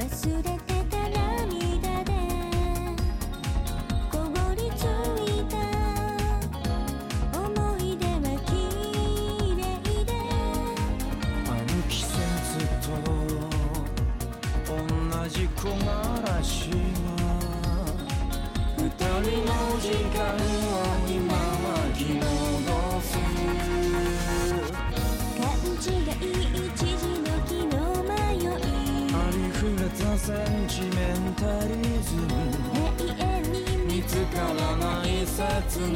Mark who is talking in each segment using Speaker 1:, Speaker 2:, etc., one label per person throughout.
Speaker 1: 忘れてた涙で凍りついた思い出は綺麗で
Speaker 2: あの季節と同じ木枯らしが二人の時間を今巻き戻す
Speaker 1: 勘違い一時の気の迷い
Speaker 2: ありふれたセンチメンタリズム
Speaker 1: 永遠に
Speaker 2: 見つからない切な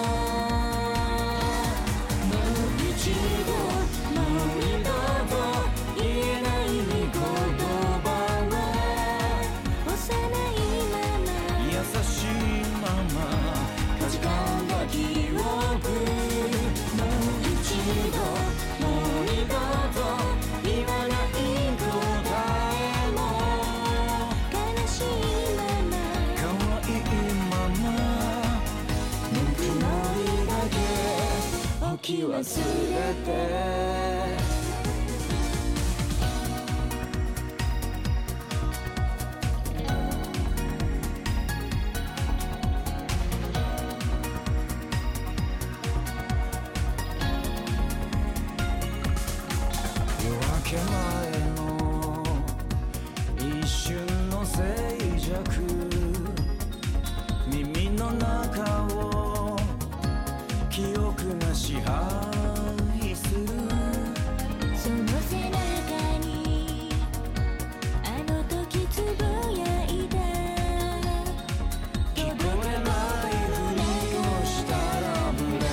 Speaker 2: もう一度もう二度と言えない言葉は
Speaker 1: 幼いまま
Speaker 2: 優しいままかじかんだ記憶もう一度もう二度と言わない答えも
Speaker 1: 悲しいまま
Speaker 2: 可愛いままぬくもりだけ置き忘れて夜明け前の一瞬の静寂耳の中を記憶が支配する
Speaker 1: その背中にあの時つぶやいた
Speaker 2: 聞こえないふりをしたラブレ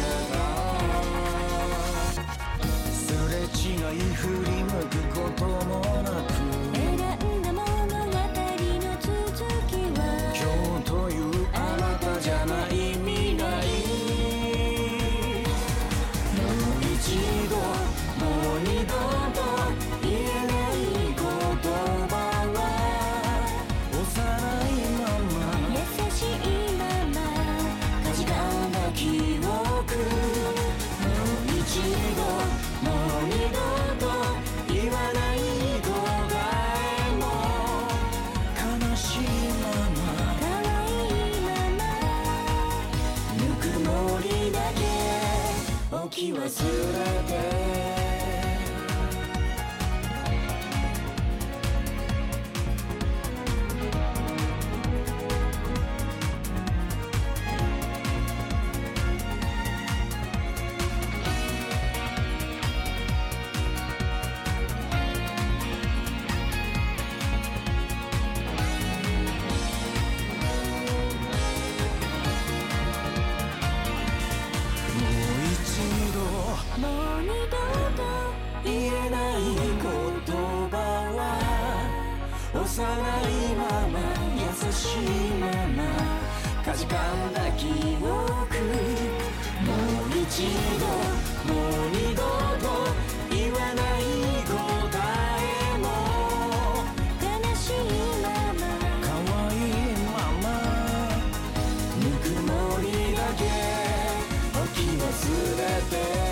Speaker 2: ターすれ違い振り向くこともなく
Speaker 1: 選んだ物語の続きは
Speaker 2: 今日というあなたじゃない未来もう一度もう二度と言えない言葉は幼いまま
Speaker 1: 優しいまま
Speaker 2: かじかんだ記憶もう一度もう二度と言わない答えも悲しいまま
Speaker 1: 可愛いまま
Speaker 2: ぬくもりだけ置き忘れてもう一度
Speaker 1: もう二度と
Speaker 2: 言えない言葉は幼いまま優しいままかじかんだ記憶もう一度もう二度と言わない答えも
Speaker 1: 悲しいまま
Speaker 2: 可愛いままぬくもりだけ置き忘れて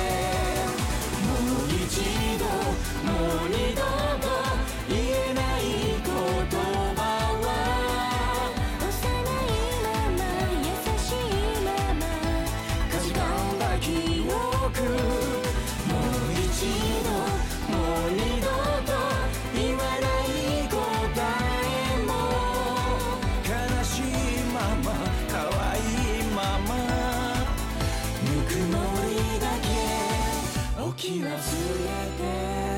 Speaker 2: もう一度もう二度と言えない言葉は
Speaker 1: 幼いまま優しいまま
Speaker 2: かじかんだ記憶もう一度もう二度と言わない答えも悲しいまま可愛いままぬくもりだけ置き忘れて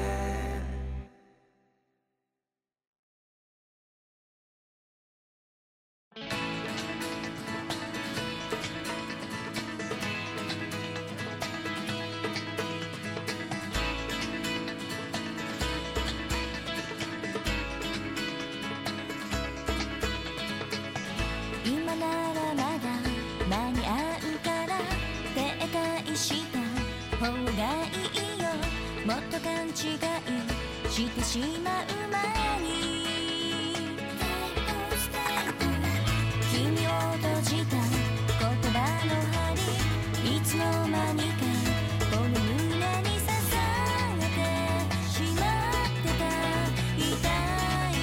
Speaker 1: 今ならまだ間に合うから停滞した方がいいよもっと勘違いしてしまう前に君を閉じた言葉の針いつの間にかこの胸に刺されてしまってた痛い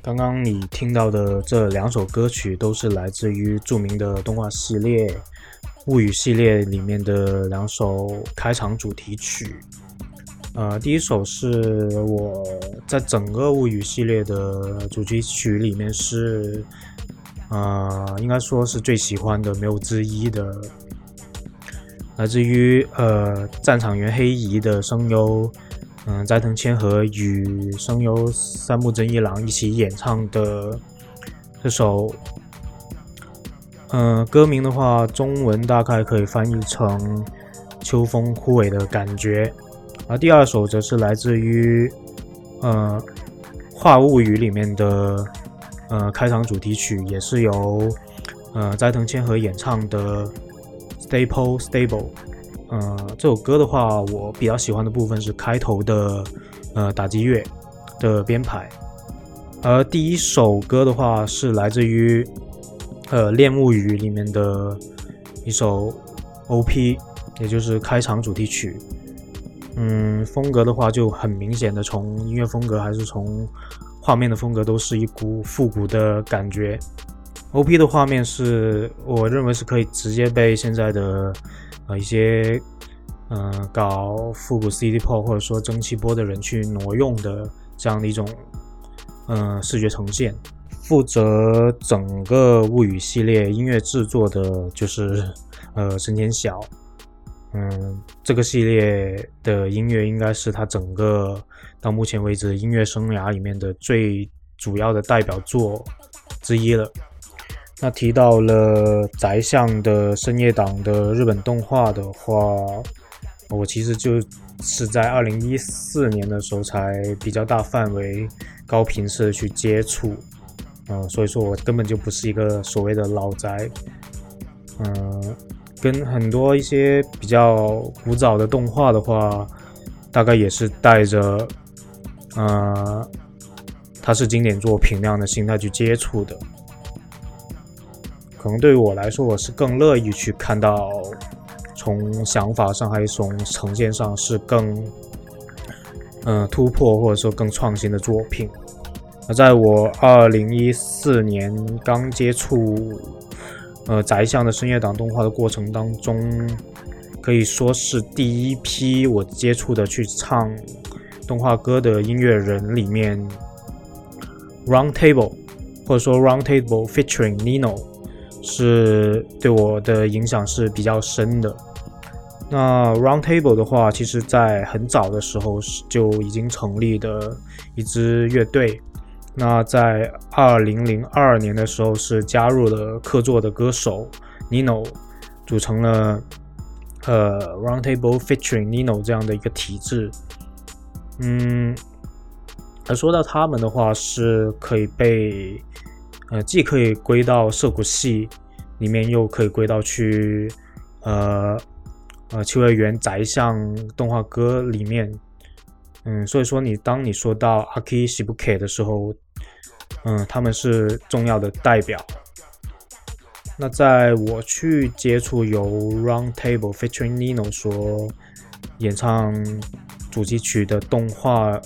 Speaker 3: 刚刚你听到的这2首歌曲都是来自于著名的动画系列物语系列里面的2首开场主题曲。第一首是我在整个物语系列的主题曲里面是应该说是最喜欢的，没有之一的，来自于战场原黑夷的声优斋藤千和与声优三木真一郎一起演唱的这首歌名的话中文大概可以翻译成秋风枯萎的感觉。而第2首则是来自于画物语里面的开场主题曲，也是由斋藤千和演唱的 Stable。这首歌的话我比较喜欢的部分是开头的打击乐的编排。而第1首歌的话是来自于恋物语里面的一首 OP， 也就是开场主题曲。风格的话就很明显的从音乐风格还是从画面的风格都是一股复古的感觉。OP 的画面是我认为是可以直接被现在的一些搞复古 CD pop 或者说蒸汽波的人去挪用的这样的一种视觉呈现。负责整个物语系列音乐制作的就是神田晓。这个系列的音乐应该是他整个到目前为止音乐生涯里面的最主要的代表作之一了。那提到了宅向的深夜档的日本动画的话，我其实就是在2014年的时候才比较大范围高频次的去接触，所以说我根本就不是一个所谓的老宅。跟很多一些比较古早的动画的话，大概也是带着它是经典作品那样的心态去接触的。可能对于我来说，我是更乐意去看到从想法上还是从呈现上是更突破或者说更创新的作品。而在我2014年刚接触宅向的深夜档动画的过程当中，可以说是第一批我接触的去唱动画歌的音乐人里面 Round Table 或者说 Round Table featuring Nino 是对我的影响是比较深的。那 Round Table 的话，其实在很早的时候就已经成立的一支乐队。那在2002年的时候是加入了客座的歌手 Nino， 组成了Round Table featuring Nino 这样的一个体制。而说到他们的话，是可以被既可以归到涩谷系里面，又可以归到去秋叶原宅向动画歌里面。所以说当你说到 Aki Shibuke 的时候，他们是重要的代表。那在我去接触由 Round Table featuring Nino 所演唱主题曲的动画，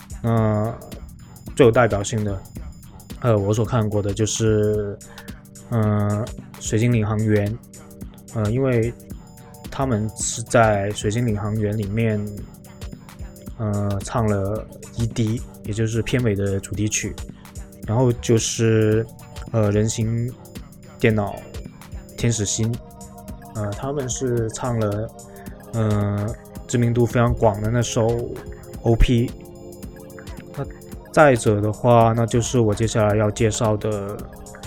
Speaker 3: 最有代表性的我所看过的就是水晶领航员。因为他们是在水晶领航员里面唱了 ED， 也就是片尾的主题曲。然后就是人形电脑天使心，他们是唱了知名度非常广的那首 OP。那再者的话，那就是我接下来要介绍的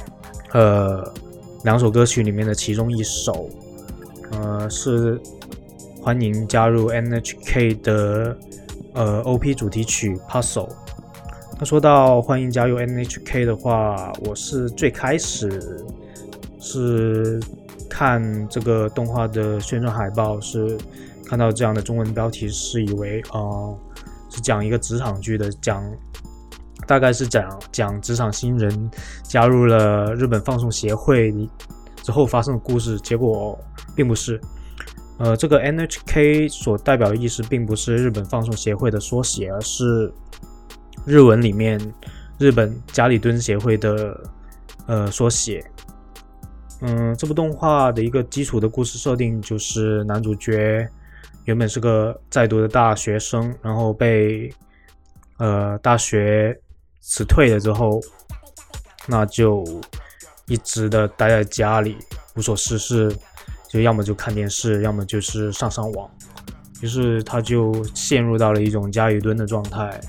Speaker 3: 2首歌曲里面的其中一首，是欢迎加入 NHK 的OP 主题曲 Puzzle。那说到欢迎加入 NHK 的话，我是最开始是看这个动画的宣传海报，是看到这样的中文标题，是以为是讲一个职场剧的，大概是讲职场新人加入了日本放送协会之后发生的故事，结果并不是。这个 NHK 所代表的意思并不是日本放送协会的缩写，而是日文里面日本家里蹲协会的缩写。这部动画的一个基础的故事设定就是男主角原本是个在读的大学生，然后被大学辞退了之后，那就一直的待在家里无所事事，就要么就看电视，要么就是上网，于是他就陷入到了一种家里蹲的状态。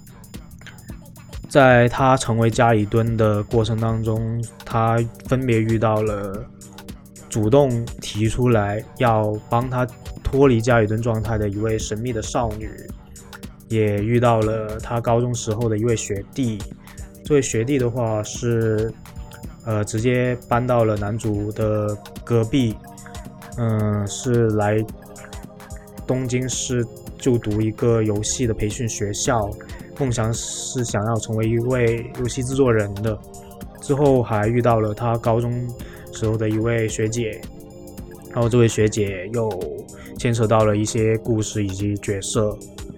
Speaker 3: 在他成为家里蹲的过程当中，他分别遇到了主动提出来要帮他脱离家里蹲状态的一位神秘的少女，也遇到了他高中时候的一位学弟。这位学弟的话是直接搬到了男主的隔壁，是来东京市就读一个游戏的培训学校，梦想是想要成为一位游戏制作人的。之后还遇到了他高中时候的一位学姐，然后这位学姐又牵扯到了一些故事以及角色。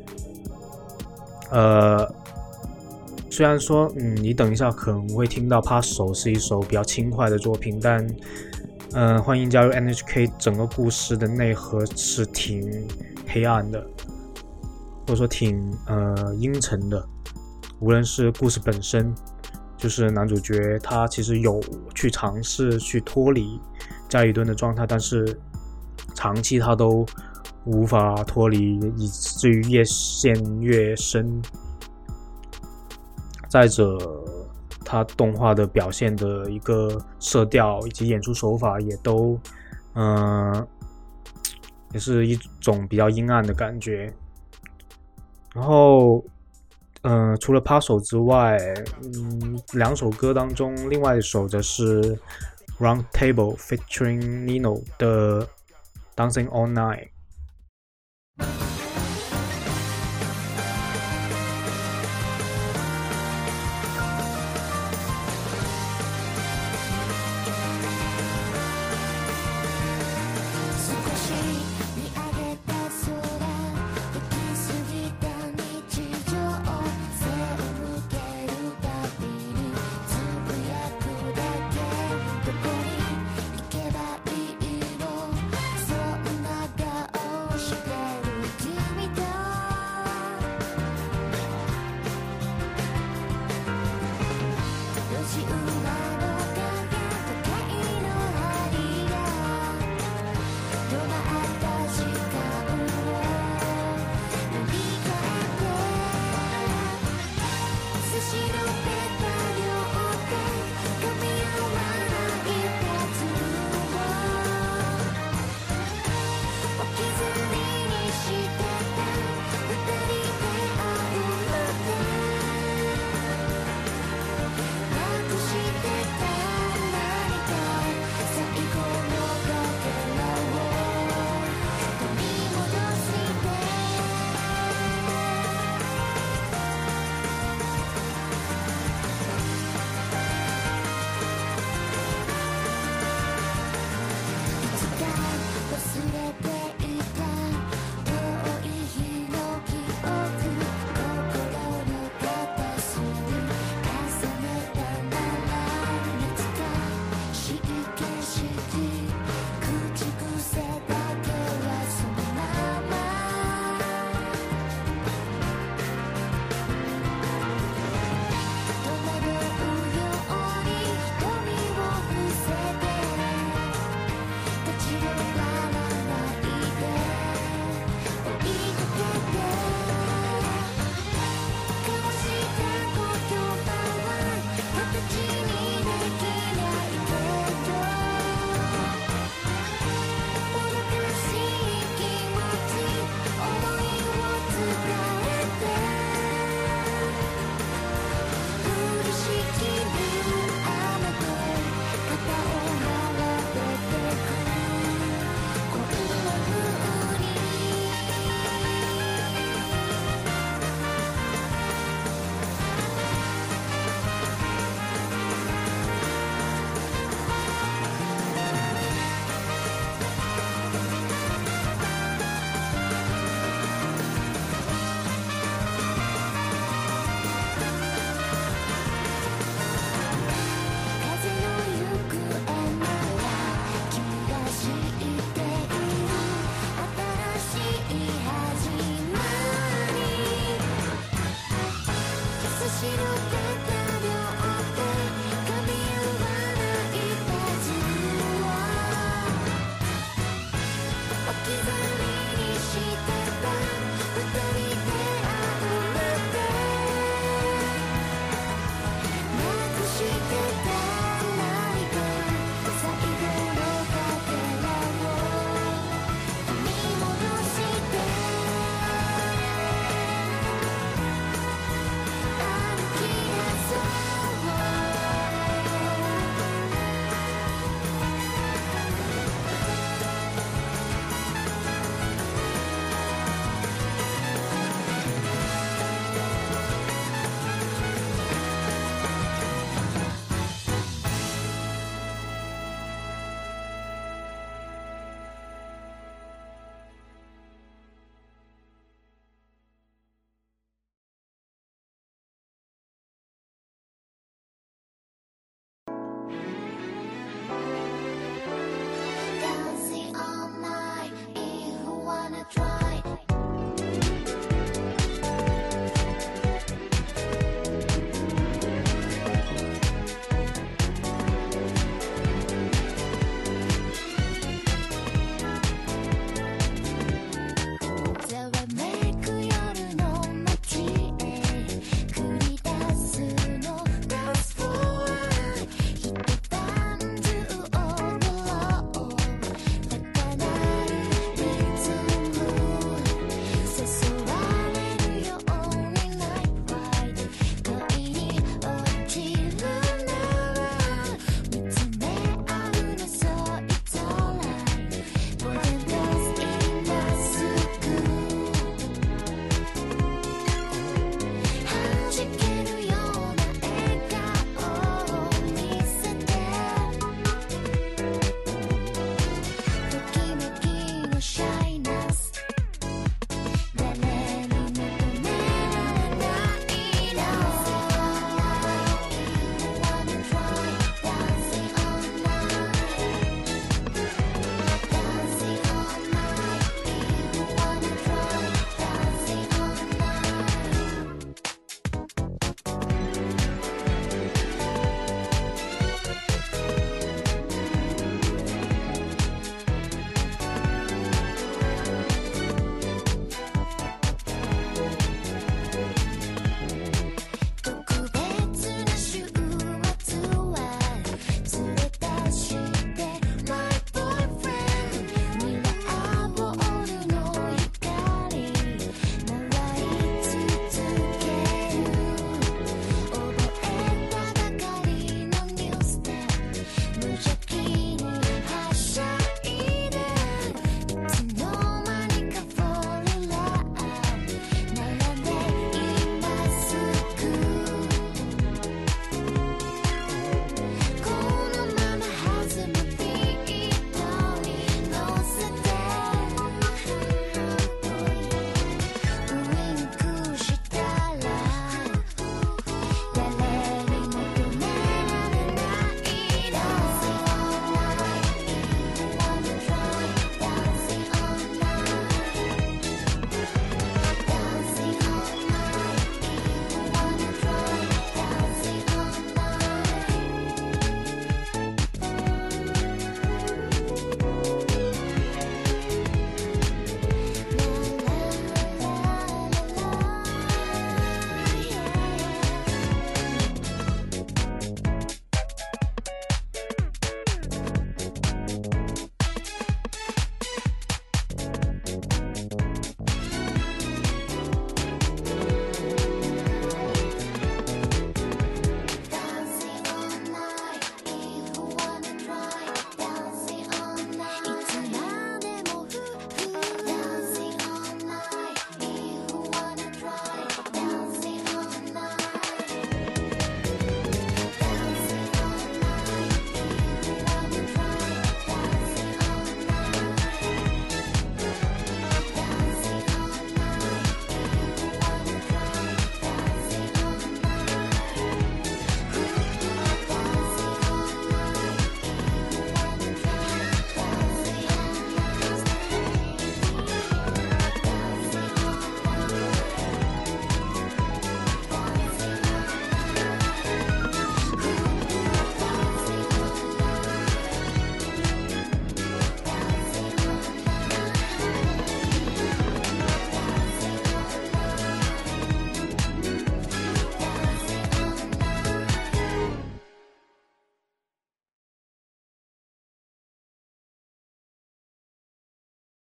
Speaker 3: 虽然说你等一下可能会听到《扒手》是一首比较轻快的作品，但欢迎加入 NHK 整个故事的内核是挺黑暗的，或者说挺阴沉的。无论是故事本身，就是男主角他其实有去尝试去脱离家里蹲的状态，但是长期他都无法脱离，以至于越陷越深。再者，他动画的表现的一个色调以及演出手法也都也是一种比较阴暗的感觉。然后除了《扒手》之外两首歌当中，另外一首则是 Round Table featuring Nino 的 Dancing All Night。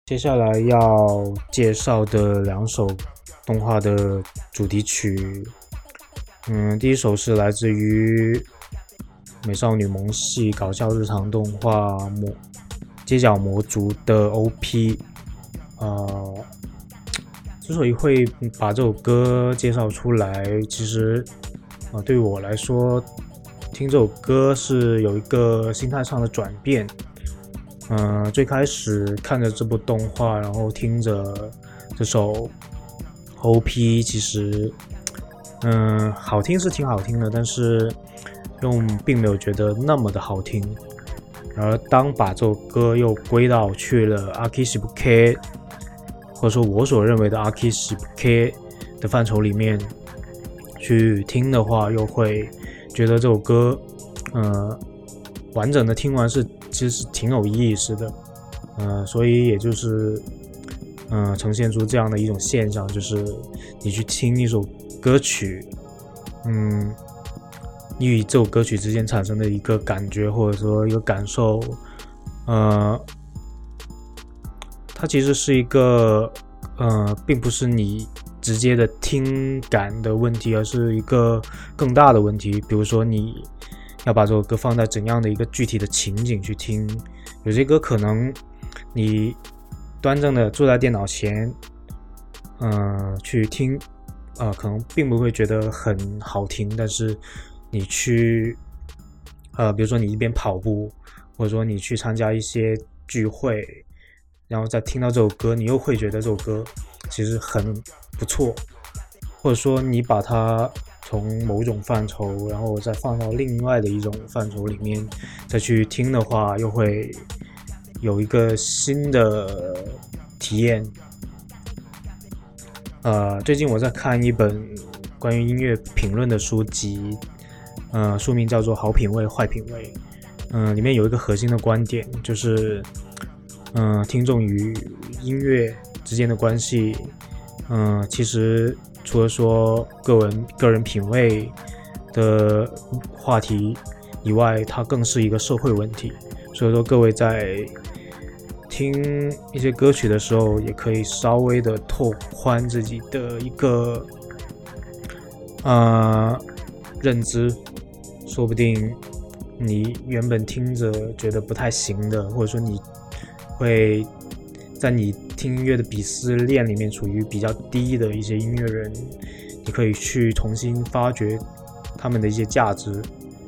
Speaker 3: 接下来要介绍的2首动画的主题曲，第一首是来自于美少女萌系搞笑日常动画街角魔族的 OP。之所以会把这首歌介绍出来，其实对于我来说，听这首歌是有一个心态上的转变。最开始看着这部动画，然后听着这首 OP， 其实好听是挺好听的，但是并没有觉得那么的好听。而当把这首歌又归到去了 Akishibuke， 或者说我所认为的 Akishibuke 的范畴里面去听的话，又会觉得这首歌完整的听完其实挺有意思的，所以也就是呈现出这样的一种现象，就是你去听一首歌曲，与这首歌曲之间产生的一个感觉或者说一个感受，它其实是一个并不是你直接的听感的问题，而是一个更大的问题。比如说你要把这首歌放在怎样的一个具体的情景去听，有些歌可能你端正的坐在电脑前去听，可能并不会觉得很好听，但是你去比如说你一边跑步，或者说你去参加一些聚会，然后再听到这首歌，你又会觉得这首歌其实很不错，或者说你把它从某种范畴然后再放到另外的一种范畴里面再去听的话，又会有一个新的体验。最近我在看一本关于音乐评论的书籍，书名叫做《好品味坏品味》。里面有一个核心的观点，就是听众与音乐之间的关系，其实除了说个人品味的话题以外，它更是一个社会问题。所以说各位在听一些歌曲的时候，也可以稍微的拓宽自己的一个认知，说不定你原本听着觉得不太行的，或者说你会在你听音乐的鄙视链里面处于比较低的一些音乐人，你可以去重新发掘他们的一些价值，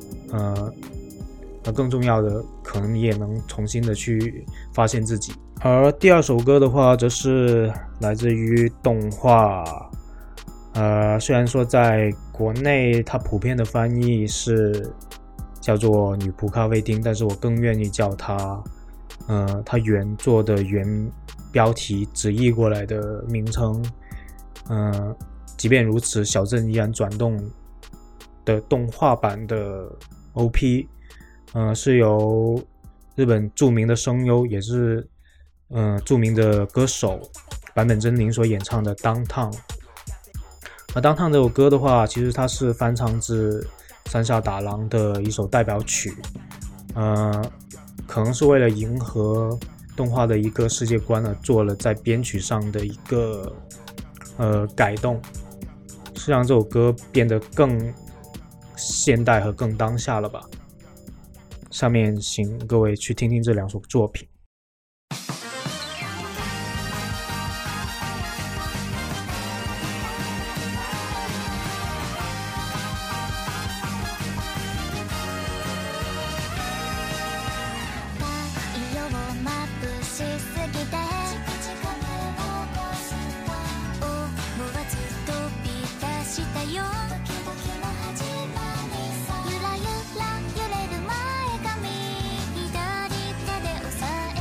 Speaker 3: 更重要的，可能你也能重新的去发现自己。而第2首歌的话，则是来自于动画，虽然说在国内它普遍的翻译是叫做女仆咖啡厅，但是我更愿意叫它它原作的原标题直译过来的名称。即便如此，小镇依然转动的动画版的 OP，是由日本著名的声优，也是著名的歌手坂本真绫所演唱的 Downtown。 而 Downtown 这首歌的话，其实它是翻唱自山下达郎的一首代表曲，可能是为了迎合动画的一个世界观而做了在编曲上的一个改动，是让这首歌变得更现代和更当下了吧。下面请各位去听听这2首作品。
Speaker 1: 「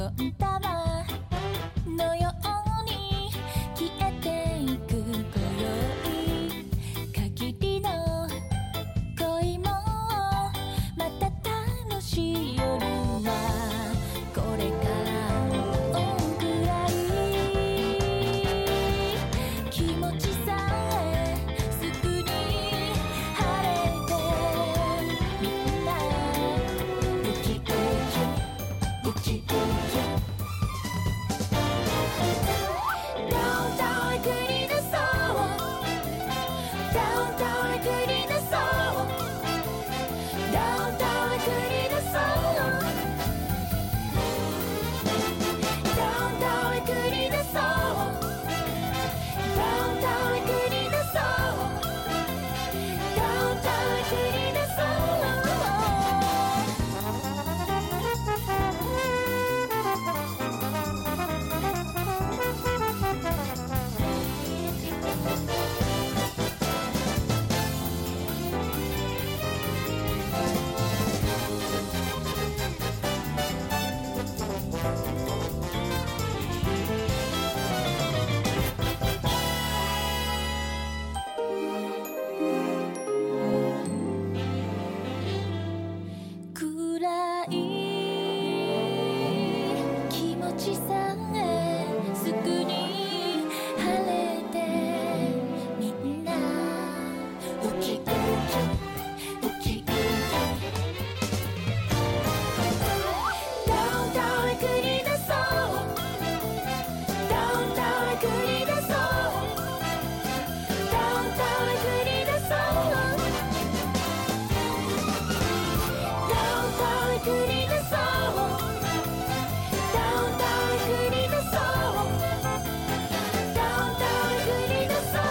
Speaker 1: ン玉のように消えていく今宵限りの恋もまた楽しい夜はこれから多くらい気持ちさえすぐに晴れてみんなウキウキウキウキダウンタウンへ繰り出そうダウンタウンへ繰り出そうダウンタウンへ繰り出そうダウンタウンへ繰り出そうダウンタウンへ繰り出そうダウンタウンへ繰り出そう暗い気持ちさえすぐに晴れてみんなウキウキウキウキダウンタウンへ繰り出そうダウンタウンへ繰り出そうダウンタウンへ繰り出そうダウンタウンへ繰り出そうダウンタウンへ繰り出そうダウンタウンへ繰り出そう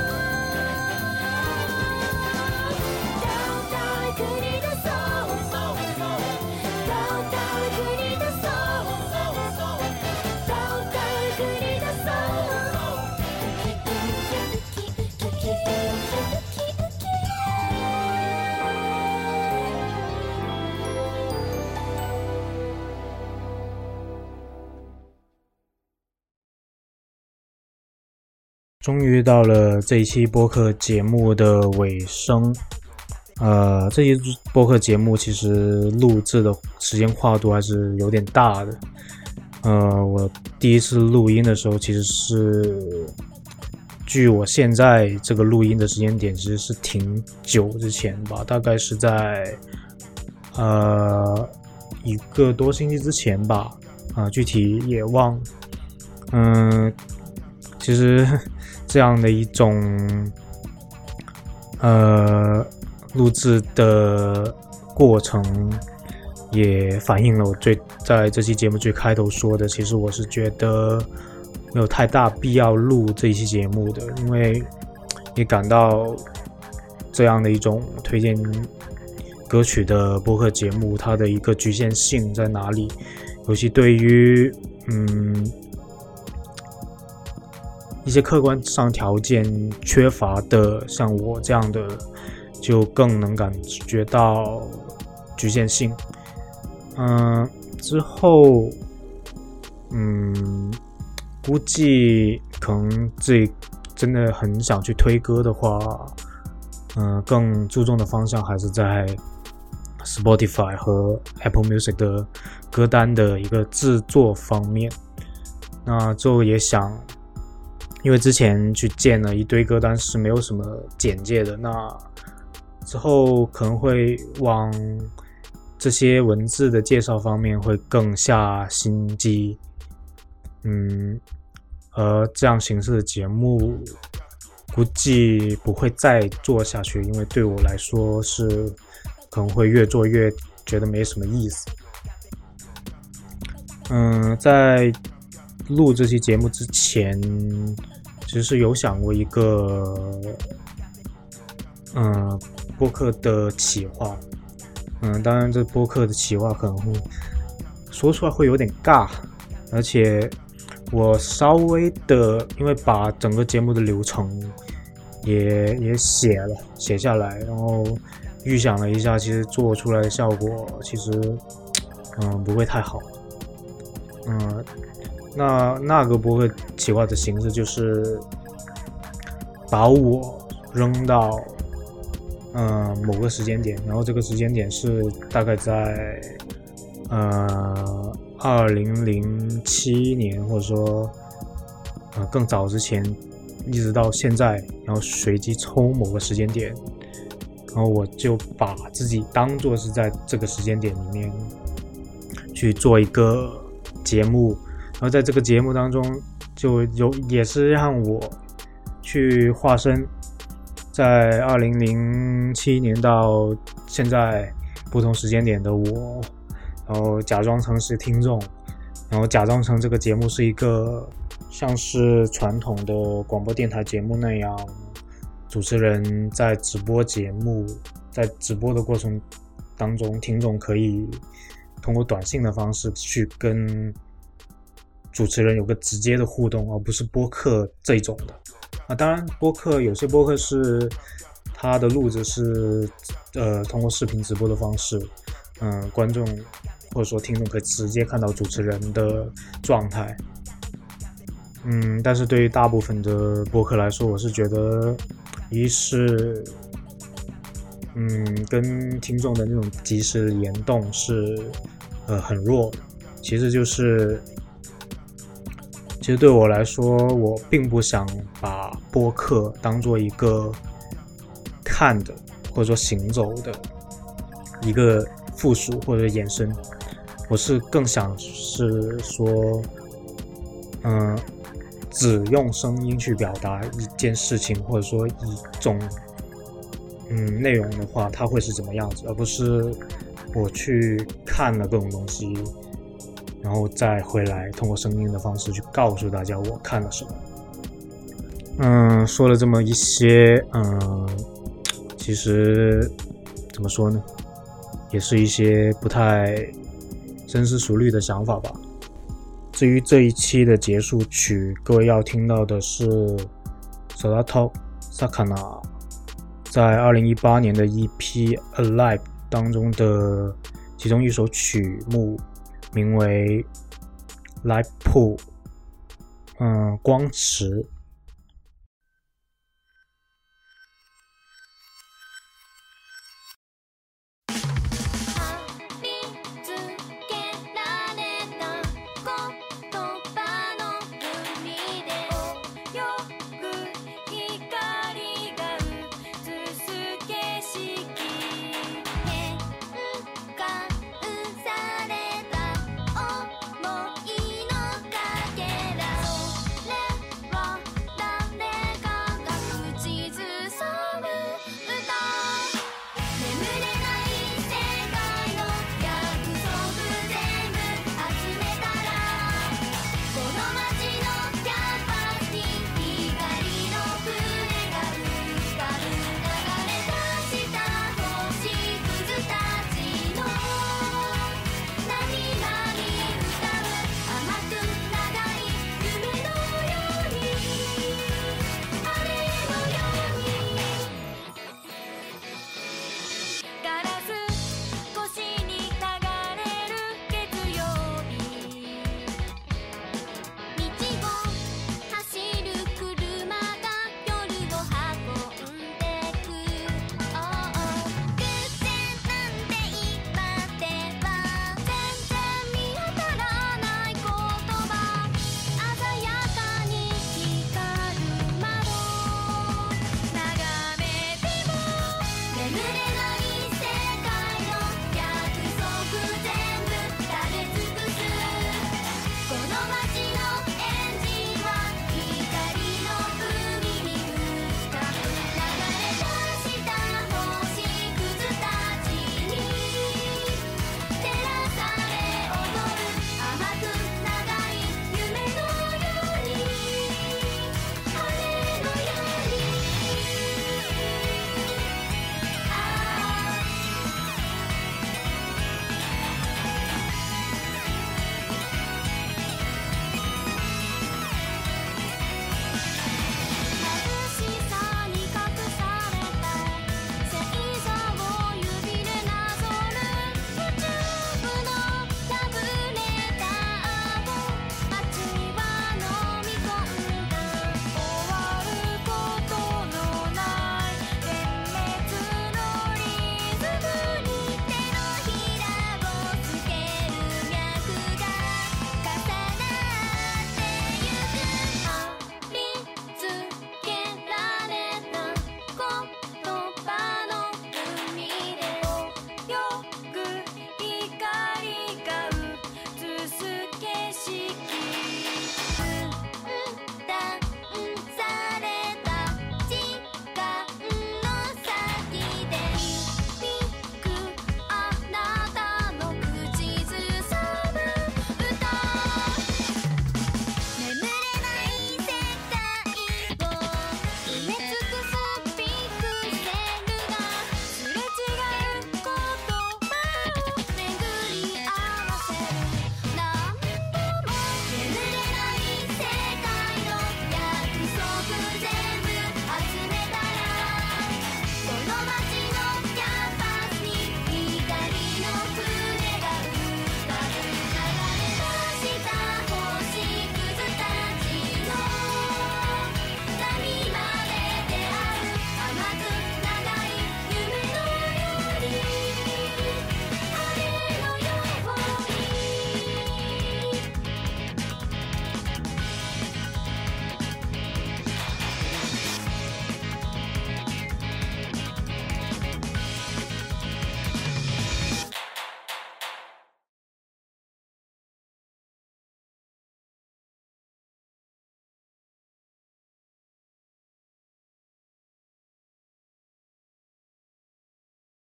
Speaker 1: ダウンタウンへ繰り出そうダウンタウンへ繰り出そうダウンタウンへ繰り出そうウキウキウキウキウキウキ
Speaker 3: 终于到了这一期播客节目的尾声。这一播客节目其实录制的时间跨度还是有点大的。我第一次录音的时候，其实是距我现在这个录音的时间点其实是挺久之前吧，大概是在1个多星期之前吧，具体也忘。其实这样的一种录制的过程也反映了我在这期节目最开头说的，其实我是觉得没有太大必要录这一期节目的，因为也感到这样的一种推荐歌曲的播客节目它的一个局限性在哪里，尤其对于一些客观上条件缺乏的像我这样的就更能感觉到局限性。之后估计可能自己真的很想去推歌的话，更注重的方向还是在 Spotify 和 Apple Music 的歌单的一个制作方面。那之后也想，因为之前去建了一堆歌单是没有什么简介的，那之后可能会往这些文字的介绍方面会更下心机。而这样形式的节目估计不会再做下去，因为对我来说是可能会越做越觉得没什么意思。在录这期节目之前，其实是有想过一个播客的企划。当然这播客的企划可能会说出来会有点尬，而且我稍微的因为把整个节目的流程也写下来，然后预想了一下，其实做出来的效果其实不会太好。 那个播客企划的形式就是把我扔到某个时间点，然后这个时间点是大概在2007年，或者说更早之前，一直到现在，然后随机抽某个时间点，然后我就把自己当作是在这个时间点里面去做一个节目，然后在这个节目当中就也是让我去化身在2007年到现在不同时间点的我，然后假装成是听众，然后假装成这个节目是一个像是传统的广播电台节目那样，主持人在直播节目，在直播的过程当中，听众可以通过短信的方式去跟主持人有个直接的互动，而不是播客这种的。当然有些播客是它的录制是通过视频直播的方式，观众或者说听众可以直接看到主持人的状态。但是对于大部分的播客来说，我是觉得一是跟听众的那种即时联动是很弱的，其实对我来说，我并不想把播客当做一个看的或者说行走的一个附属或者延伸，我是更想是说只用声音去表达一件事情，或者说一种内容的话，它会是怎么样子，而不是我去看了各种东西，然后再回来通过声音的方式去告诉大家我看了什么。说了这么一些，其实怎么说呢，也是一些不太深思熟虑的想法吧。至于这一期的结束曲，各位要听到的是 Solato Sakana 在2018年的 EP Alive 当中的其中一首曲目，名为 Live Pool 光池。